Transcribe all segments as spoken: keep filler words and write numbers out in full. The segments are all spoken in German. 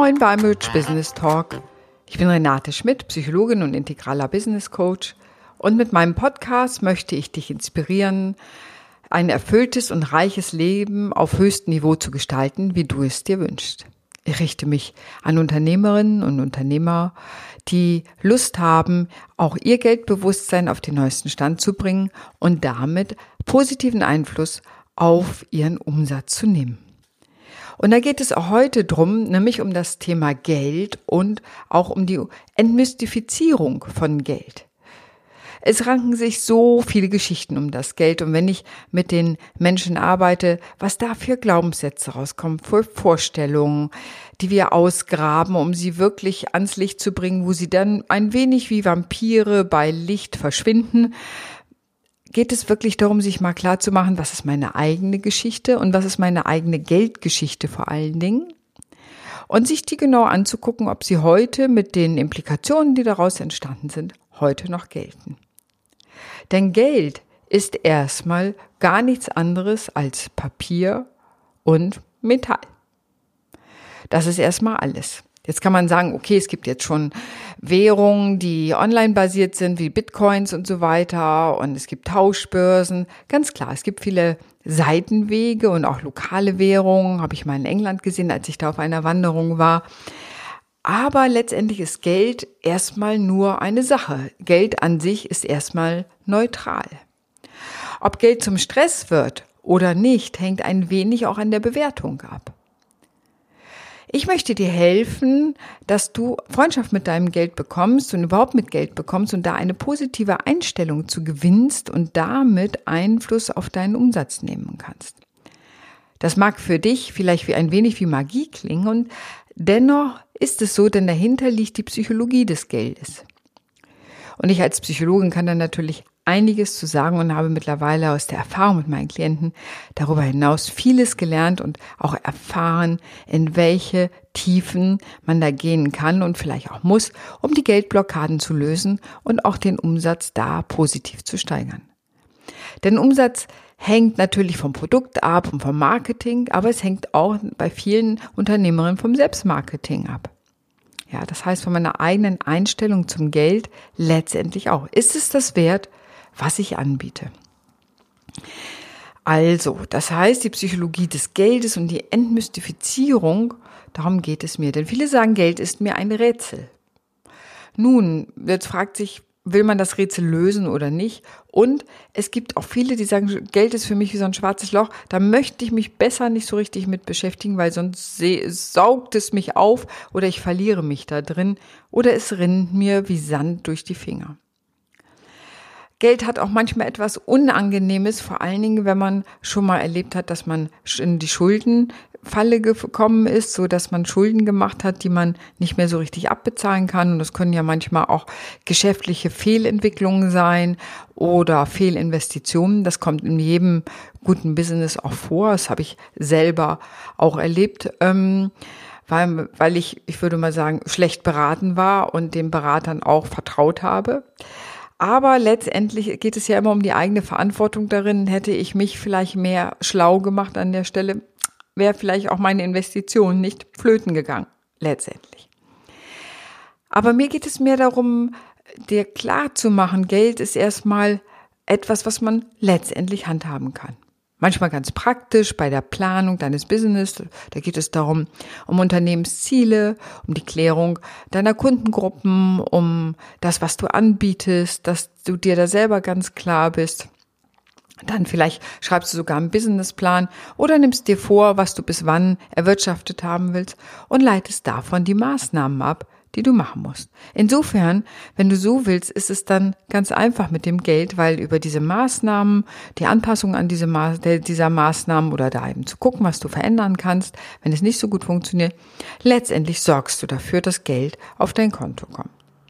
Moin beim Rich Business Talk. Ich bin Renate Schmidt, Psychologin und integraler Business Coach. Und mit meinem Podcast möchte ich dich inspirieren, ein erfülltes und reiches Leben auf höchstem Niveau zu gestalten, wie du es dir wünschst. Ich richte mich an Unternehmerinnen und Unternehmer, die Lust haben, auch ihr Geldbewusstsein auf den neuesten Stand zu bringen und damit positiven Einfluss auf ihren Umsatz zu nehmen. Und da geht es auch heute drum, nämlich um das Thema Geld und auch um die Entmystifizierung von Geld. Es ranken sich so viele Geschichten um das Geld und wenn ich mit den Menschen arbeite, was da für Glaubenssätze rauskommen, für Vorstellungen, die wir ausgraben, um sie wirklich ans Licht zu bringen, wo sie dann ein wenig wie Vampire bei Licht verschwinden, geht es wirklich darum, sich mal klar zu machen, was ist meine eigene Geschichte und was ist meine eigene Geldgeschichte vor allen Dingen und sich die genau anzugucken, ob sie heute mit den Implikationen, die daraus entstanden sind, heute noch gelten. Denn Geld ist erstmal gar nichts anderes als Papier und Metall. Das ist erstmal alles. Jetzt kann man sagen, okay, es gibt jetzt schon Währungen, die online basiert sind, wie Bitcoins und so weiter. Und es gibt Tauschbörsen. Ganz klar, es gibt viele Seitenwege und auch lokale Währungen. Habe ich mal in England gesehen, als ich da auf einer Wanderung war. Aber letztendlich ist Geld erstmal nur eine Sache. Geld an sich ist erstmal neutral. Ob Geld zum Stress wird oder nicht, hängt ein wenig auch an der Bewertung ab. Ich möchte dir helfen, dass du Freundschaft mit deinem Geld bekommst und überhaupt mit Geld bekommst und da eine positive Einstellung zu gewinnst und damit Einfluss auf deinen Umsatz nehmen kannst. Das mag für dich vielleicht wie ein wenig wie Magie klingen und dennoch ist es so, denn dahinter liegt die Psychologie des Geldes. Und ich als Psychologin kann dann natürlich einiges zu sagen und habe mittlerweile aus der Erfahrung mit meinen Klienten darüber hinaus vieles gelernt und auch erfahren, in welche Tiefen man da gehen kann und vielleicht auch muss, um die Geldblockaden zu lösen und auch den Umsatz da positiv zu steigern. Denn Umsatz hängt natürlich vom Produkt ab und vom Marketing, aber es hängt auch bei vielen Unternehmerinnen vom Selbstmarketing ab. Ja, das heißt von meiner eigenen Einstellung zum Geld letztendlich auch. Ist es das wert, was ich anbiete? Also, das heißt, die Psychologie des Geldes und die Entmystifizierung, darum geht es mir. Denn viele sagen, Geld ist mir ein Rätsel. Nun, jetzt fragt sich, will man das Rätsel lösen oder nicht? Und es gibt auch viele, die sagen, Geld ist für mich wie so ein schwarzes Loch. Da möchte ich mich besser nicht so richtig mit beschäftigen, weil sonst saugt es mich auf oder ich verliere mich da drin oder es rinnt mir wie Sand durch die Finger. Geld hat auch manchmal etwas Unangenehmes, vor allen Dingen, wenn man schon mal erlebt hat, dass man in die Schuldenfalle gekommen ist, so dass man Schulden gemacht hat, die man nicht mehr so richtig abbezahlen kann. Und das können ja manchmal auch geschäftliche Fehlentwicklungen sein oder Fehlinvestitionen. Das kommt in jedem guten Business auch vor. Das habe ich selber auch erlebt. Ähm, weil, weil ich, ich würde mal sagen, schlecht beraten war und den Beratern auch vertraut habe. Aber letztendlich geht es ja immer um die eigene Verantwortung darin. Hätte ich mich vielleicht mehr schlau gemacht an der Stelle, wäre vielleicht auch meine Investition nicht flöten gegangen, letztendlich. Aber mir geht es mehr darum, dir klar zu machen, Geld ist erstmal etwas, was man letztendlich handhaben kann. Manchmal ganz praktisch bei der Planung deines Business, da geht es darum, um Unternehmensziele, um die Klärung deiner Kundengruppen, um das, was du anbietest, dass du dir da selber ganz klar bist. Dann vielleicht schreibst du sogar einen Businessplan oder nimmst dir vor, was du bis wann erwirtschaftet haben willst und leitest davon die Maßnahmen ab, die du machen musst. Insofern, wenn du so willst, ist es dann ganz einfach mit dem Geld, weil über diese Maßnahmen, die Anpassung an diese Ma- dieser Maßnahmen oder da eben zu gucken, was du verändern kannst, wenn es nicht so gut funktioniert, letztendlich sorgst du dafür, dass Geld auf dein Konto kommt.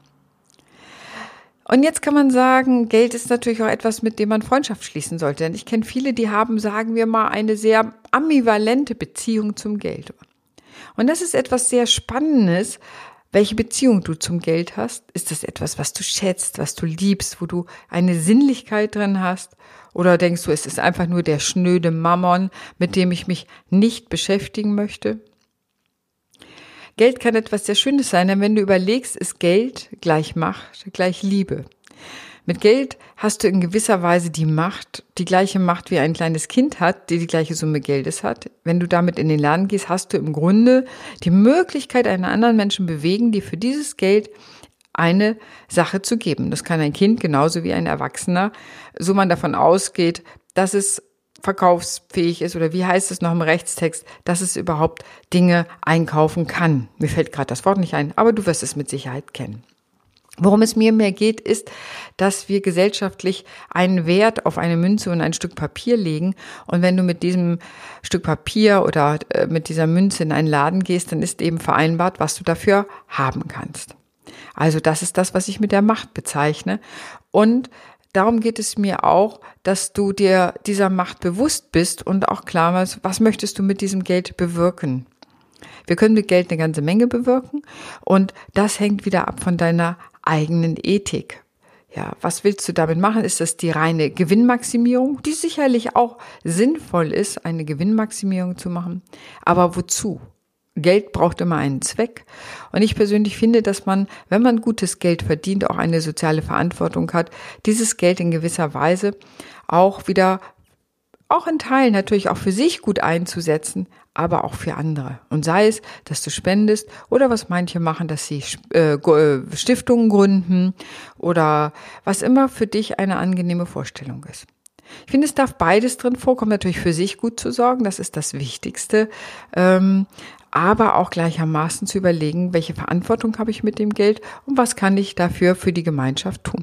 Und jetzt kann man sagen, Geld ist natürlich auch etwas, mit dem man Freundschaft schließen sollte. Denn ich kenne viele, die haben, sagen wir mal, eine sehr ambivalente Beziehung zum Geld. Und das ist etwas sehr Spannendes. Welche Beziehung du zum Geld hast? Ist das etwas, was du schätzt, was du liebst, wo du eine Sinnlichkeit drin hast? Oder denkst du, es ist einfach nur der schnöde Mammon, mit dem ich mich nicht beschäftigen möchte? Geld kann etwas sehr Schönes sein, denn wenn du überlegst, ist Geld gleich Macht, gleich Liebe. Mit Geld hast du in gewisser Weise die Macht, die gleiche Macht wie ein kleines Kind hat, die die gleiche Summe Geldes hat. Wenn du damit in den Laden gehst, hast du im Grunde die Möglichkeit, einen anderen Menschen bewegen, die für dieses Geld eine Sache zu geben. Das kann ein Kind genauso wie ein Erwachsener, so man davon ausgeht, dass es verkaufsfähig ist oder wie heißt es noch im Rechtstext, dass es überhaupt Dinge einkaufen kann. Mir fällt gerade das Wort nicht ein, aber du wirst es mit Sicherheit kennen. Worum es mir mehr geht, ist, dass wir gesellschaftlich einen Wert auf eine Münze und ein Stück Papier legen. Und wenn du mit diesem Stück Papier oder mit dieser Münze in einen Laden gehst, dann ist eben vereinbart, was du dafür haben kannst. Also das ist das, was ich mit der Macht bezeichne. Und darum geht es mir auch, dass du dir dieser Macht bewusst bist und auch klar machst, was möchtest du mit diesem Geld bewirken? Wir können mit Geld eine ganze Menge bewirken und das hängt wieder ab von deiner eigenen Ethik. Ja, was willst du damit machen? Ist das die reine Gewinnmaximierung, die sicherlich auch sinnvoll ist, eine Gewinnmaximierung zu machen? Aber wozu? Geld braucht immer einen Zweck. Und ich persönlich finde, dass man, wenn man gutes Geld verdient, auch eine soziale Verantwortung hat, dieses Geld in gewisser Weise auch wieder, auch in Teilen natürlich auch für sich gut einzusetzen, aber auch für andere. Und sei es, dass du spendest oder was manche machen, dass sie äh, Stiftungen gründen oder was immer für dich eine angenehme Vorstellung ist. Ich finde, es darf beides drin vorkommen, natürlich für sich gut zu sorgen, das ist das Wichtigste, ähm, aber auch gleichermaßen zu überlegen, welche Verantwortung habe ich mit dem Geld und was kann ich dafür für die Gemeinschaft tun.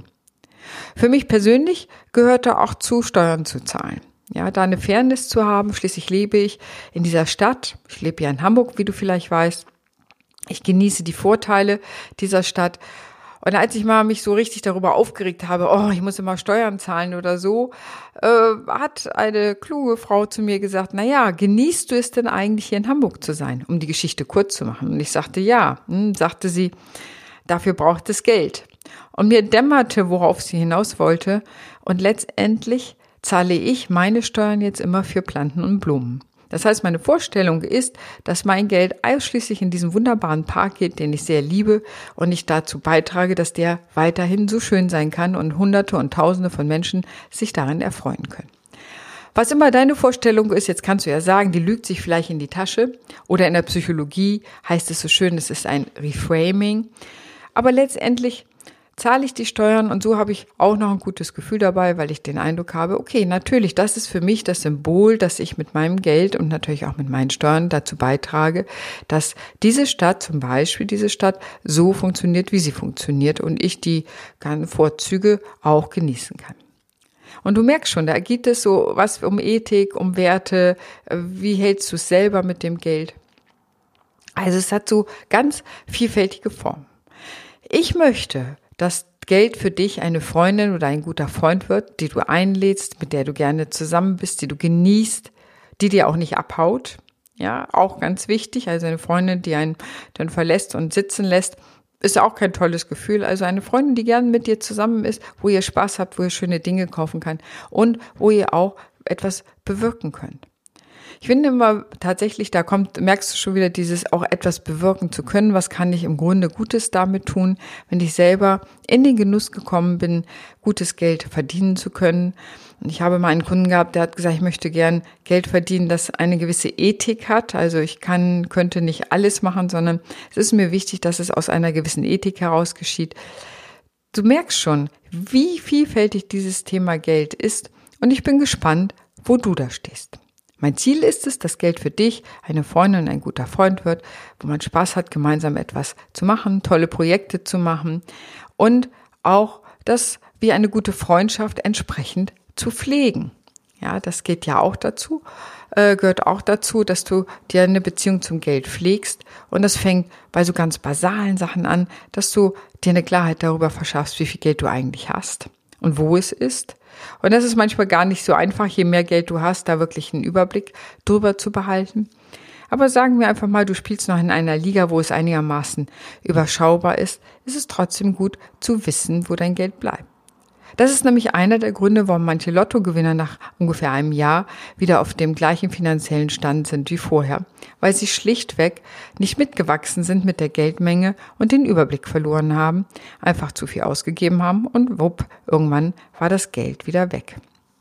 Für mich persönlich gehört da auch zu, Steuern zu zahlen. Ja, da eine Fairness zu haben. Schließlich lebe ich in dieser Stadt. Ich lebe ja in Hamburg, wie du vielleicht weißt. Ich genieße die Vorteile dieser Stadt. Und als ich mal mich so richtig darüber aufgeregt habe, oh, ich muss immer Steuern zahlen oder so, äh, hat eine kluge Frau zu mir gesagt, na ja, genießt du es denn eigentlich hier in Hamburg zu sein, um die Geschichte kurz zu machen? Und ich sagte, ja, hm, sagte sie, dafür braucht es Geld. Und mir dämmerte, worauf sie hinaus wollte. Und letztendlich zahle ich meine Steuern jetzt immer für Planten und Blumen. Das heißt, meine Vorstellung ist, dass mein Geld ausschließlich in diesen wunderbaren Park geht, den ich sehr liebe und ich dazu beitrage, dass der weiterhin so schön sein kann und Hunderte und Tausende von Menschen sich darin erfreuen können. Was immer deine Vorstellung ist, jetzt kannst du ja sagen, die lügt sich vielleicht in die Tasche oder in der Psychologie heißt es so schön, es ist ein Reframing. Aber letztendlich zahle ich die Steuern und so habe ich auch noch ein gutes Gefühl dabei, weil ich den Eindruck habe, okay, natürlich, das ist für mich das Symbol, dass ich mit meinem Geld und natürlich auch mit meinen Steuern dazu beitrage, dass diese Stadt zum Beispiel, diese Stadt so funktioniert, wie sie funktioniert und ich die ganzen Vorzüge auch genießen kann. Und du merkst schon, da geht es so was um Ethik, um Werte, wie hältst du es selber mit dem Geld? Also es hat so ganz vielfältige Formen. Ich möchte, dass Geld für dich eine Freundin oder ein guter Freund wird, die du einlädst, mit der du gerne zusammen bist, die du genießt, die dir auch nicht abhaut. Ja, auch ganz wichtig. Also eine Freundin, die einen dann verlässt und sitzen lässt, ist auch kein tolles Gefühl. Also eine Freundin, die gerne mit dir zusammen ist, wo ihr Spaß habt, wo ihr schöne Dinge kaufen kann und wo ihr auch etwas bewirken könnt. Ich finde immer tatsächlich, da kommt, merkst du schon wieder dieses auch etwas bewirken zu können. Was kann ich im Grunde Gutes damit tun, wenn ich selber in den Genuss gekommen bin, gutes Geld verdienen zu können. Und ich habe mal einen Kunden gehabt, der hat gesagt, ich möchte gern Geld verdienen, das eine gewisse Ethik hat. Also ich kann, könnte nicht alles machen, sondern es ist mir wichtig, dass es aus einer gewissen Ethik heraus geschieht. Du merkst schon, wie vielfältig dieses Thema Geld ist. Und ich bin gespannt, wo du da stehst. Mein Ziel ist es, dass Geld für dich eine Freundin und ein guter Freund wird, wo man Spaß hat, gemeinsam etwas zu machen, tolle Projekte zu machen und auch das wie eine gute Freundschaft entsprechend zu pflegen. Ja, das geht ja auch dazu, äh, gehört auch dazu, dass du dir eine Beziehung zum Geld pflegst und das fängt bei so ganz basalen Sachen an, dass du dir eine Klarheit darüber verschaffst, wie viel Geld du eigentlich hast und wo es ist. Und das ist manchmal gar nicht so einfach, je mehr Geld du hast, da wirklich einen Überblick drüber zu behalten. Aber sagen wir einfach mal, du spielst noch in einer Liga, wo es einigermaßen überschaubar ist, ist es trotzdem gut zu wissen, wo dein Geld bleibt. Das ist nämlich einer der Gründe, warum manche Lottogewinner nach ungefähr einem Jahr wieder auf dem gleichen finanziellen Stand sind wie vorher, weil sie schlichtweg nicht mitgewachsen sind mit der Geldmenge und den Überblick verloren haben, einfach zu viel ausgegeben haben und wupp, irgendwann war das Geld wieder weg.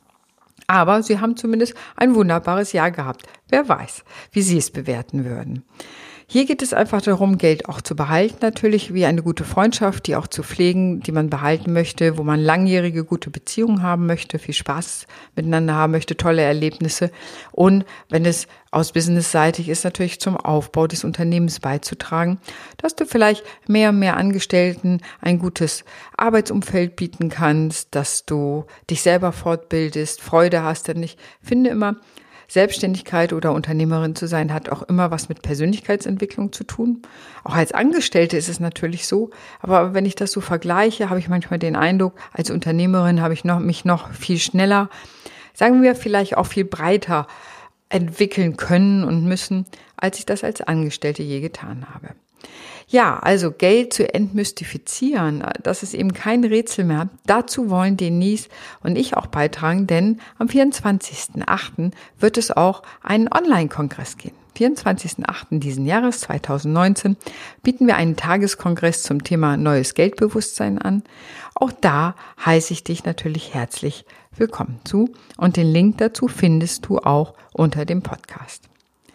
Aber sie haben zumindest ein wunderbares Jahr gehabt. Wer weiß, wie sie es bewerten würden. Hier geht es einfach darum, Geld auch zu behalten, natürlich wie eine gute Freundschaft, die auch zu pflegen, die man behalten möchte, wo man langjährige gute Beziehungen haben möchte, viel Spaß miteinander haben möchte, tolle Erlebnisse und wenn es aus businessseitig ist, natürlich zum Aufbau des Unternehmens beizutragen, dass du vielleicht mehr und mehr Angestellten ein gutes Arbeitsumfeld bieten kannst, dass du dich selber fortbildest, Freude hast, denn ich finde immer, Selbstständigkeit oder Unternehmerin zu sein, hat auch immer was mit Persönlichkeitsentwicklung zu tun. Auch als Angestellte ist es natürlich so. Aber wenn ich das so vergleiche, habe ich manchmal den Eindruck, als Unternehmerin habe ich noch, mich noch viel schneller, sagen wir vielleicht auch viel breiter entwickeln können und müssen, als ich das als Angestellte je getan habe. Ja, also Geld zu entmystifizieren, das ist eben kein Rätsel mehr. Dazu wollen Denise und ich auch beitragen, denn am vierundzwanzigsten achten wird es auch einen Online-Kongress geben. vierundzwanzigsten achten diesen Jahres zweitausendneunzehn bieten wir einen Tageskongress zum Thema neues Geldbewusstsein an. Auch da heiße ich dich natürlich herzlich willkommen zu und den Link dazu findest du auch unter dem Podcast.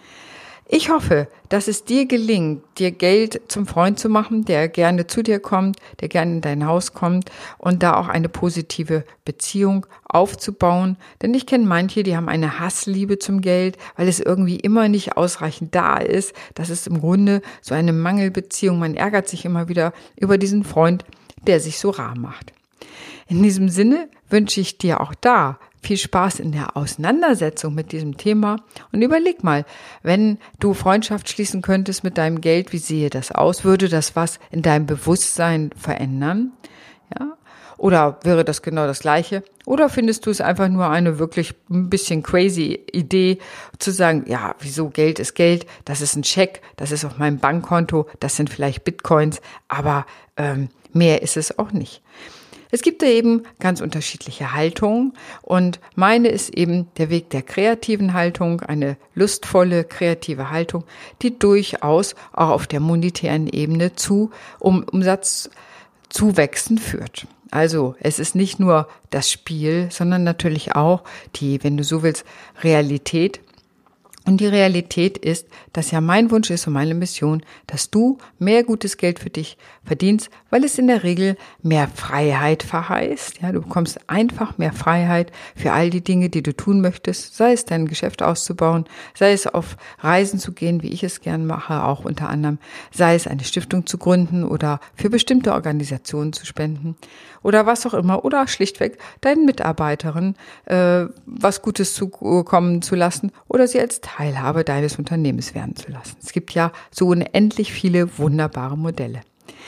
Ich hoffe, dass es dir gelingt, dir Geld zum Freund zu machen, der gerne zu dir kommt, der gerne in dein Haus kommt und da auch eine positive Beziehung aufzubauen. Denn ich kenne manche, die haben eine Hassliebe zum Geld, weil es irgendwie immer nicht ausreichend da ist. Das ist im Grunde so eine Mangelbeziehung. Man ärgert sich immer wieder über diesen Freund, der sich so rar macht. In diesem Sinne wünsche ich dir auch da viel Spaß in der Auseinandersetzung mit diesem Thema und überleg mal, wenn du Freundschaft schließen könntest mit deinem Geld, wie sehe das aus? Würde das was in deinem Bewusstsein verändern? Ja? Oder wäre das genau das Gleiche? Oder findest du es einfach nur eine wirklich ein bisschen crazy Idee, zu sagen, ja, wieso Geld ist Geld, das ist ein Scheck, das ist auf meinem Bankkonto, das sind vielleicht Bitcoins, aber ähm, mehr ist es auch nicht. Es gibt da eben ganz unterschiedliche Haltungen und meine ist eben der Weg der kreativen Haltung, eine lustvolle, kreative Haltung, die durchaus auch auf der monetären Ebene zu um Umsatzzuwächsen führt. Also es ist nicht nur das Spiel, sondern natürlich auch die, wenn du so willst, Realität. Und die Realität ist, dass ja mein Wunsch ist und meine Mission, dass du mehr gutes Geld für dich verdienst, weil es in der Regel mehr Freiheit verheißt. Ja, du bekommst einfach mehr Freiheit für all die Dinge, die du tun möchtest, sei es dein Geschäft auszubauen, sei es auf Reisen zu gehen, wie ich es gern mache, auch unter anderem, sei es eine Stiftung zu gründen oder für bestimmte Organisationen zu spenden oder was auch immer oder schlichtweg deinen Mitarbeiterinnen äh, was Gutes zukommen zu lassen oder sie als Teilhabe deines Unternehmens werden zu lassen. Es gibt ja so unendlich viele wunderbare Modelle.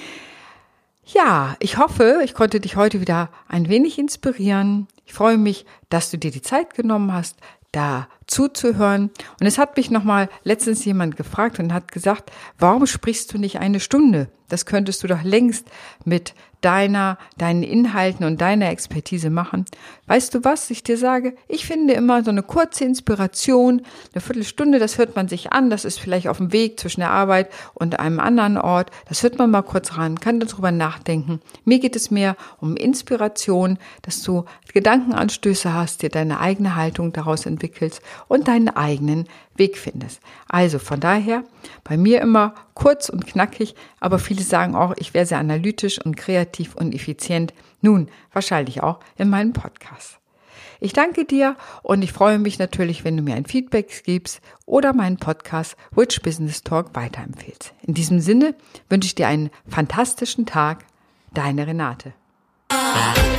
Ja, ich hoffe, ich konnte dich heute wieder ein wenig inspirieren. Ich freue mich, dass du dir die Zeit genommen hast, da zuzuhören. Und es hat mich nochmal letztens jemand gefragt und hat gesagt, warum sprichst du nicht eine Stunde? Das könntest du doch längst mit deiner, deinen Inhalten und deiner Expertise machen. Weißt du, was ich dir sage? Ich finde immer so eine kurze Inspiration, eine Viertelstunde, das hört man sich an, das ist vielleicht auf dem Weg zwischen der Arbeit und einem anderen Ort, das hört man mal kurz ran, kann darüber nachdenken. Mir geht es mehr um Inspiration, dass du Gedankenanstöße hast, dir deine eigene Haltung daraus entwickelst und deinen eigenen Weg findest. Also von daher, bei mir immer kurz und knackig, aber viele sagen auch, ich wäre sehr analytisch und kreativ und effizient. Nun, wahrscheinlich auch in meinem Podcast. Ich danke dir und ich freue mich natürlich, wenn du mir ein Feedback gibst oder meinen Podcast Rich Business Talk weiterempfehlst. In diesem Sinne wünsche ich dir einen fantastischen Tag. Deine Renate.